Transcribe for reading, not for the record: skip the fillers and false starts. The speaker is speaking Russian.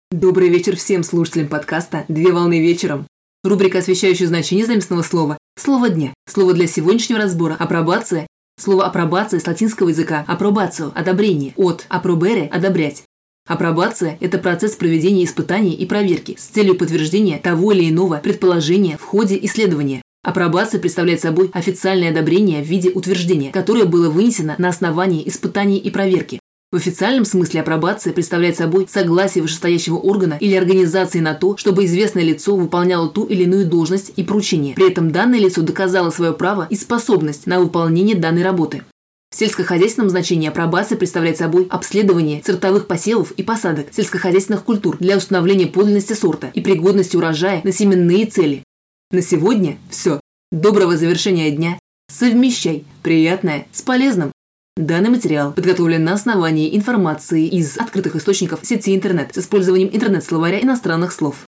Добрый вечер всем слушателям подкаста «Две волны вечером». Рубрика, освещающая значение заместного слова «Слово дня». Слово для сегодняшнего разбора – апробация. Слово апробация с латинского языка апробацио – одобрение, от апробере – одобрять. Апробация – это процесс проведения испытаний и проверки с целью подтверждения того или иного предположения в ходе исследования. Апробация представляет собой официальное одобрение в виде утверждения, которое было вынесено на основании испытаний и проверки. В официальном смысле апробация представляет собой согласие вышестоящего органа или организации на то, чтобы известное лицо выполняло ту или иную должность и поручение. При этом данное лицо доказало свое право и способность на выполнение данной работы. В сельскохозяйственном значении апробация представляет собой обследование сортовых посевов и посадок сельскохозяйственных культур для установления подлинности сорта и пригодности урожая на семенные цели. На сегодня все. Доброго завершения дня. Совмещай приятное с полезным. Данный материал подготовлен на основании информации из открытых источников сети интернет с использованием интернет-словаря иностранных слов.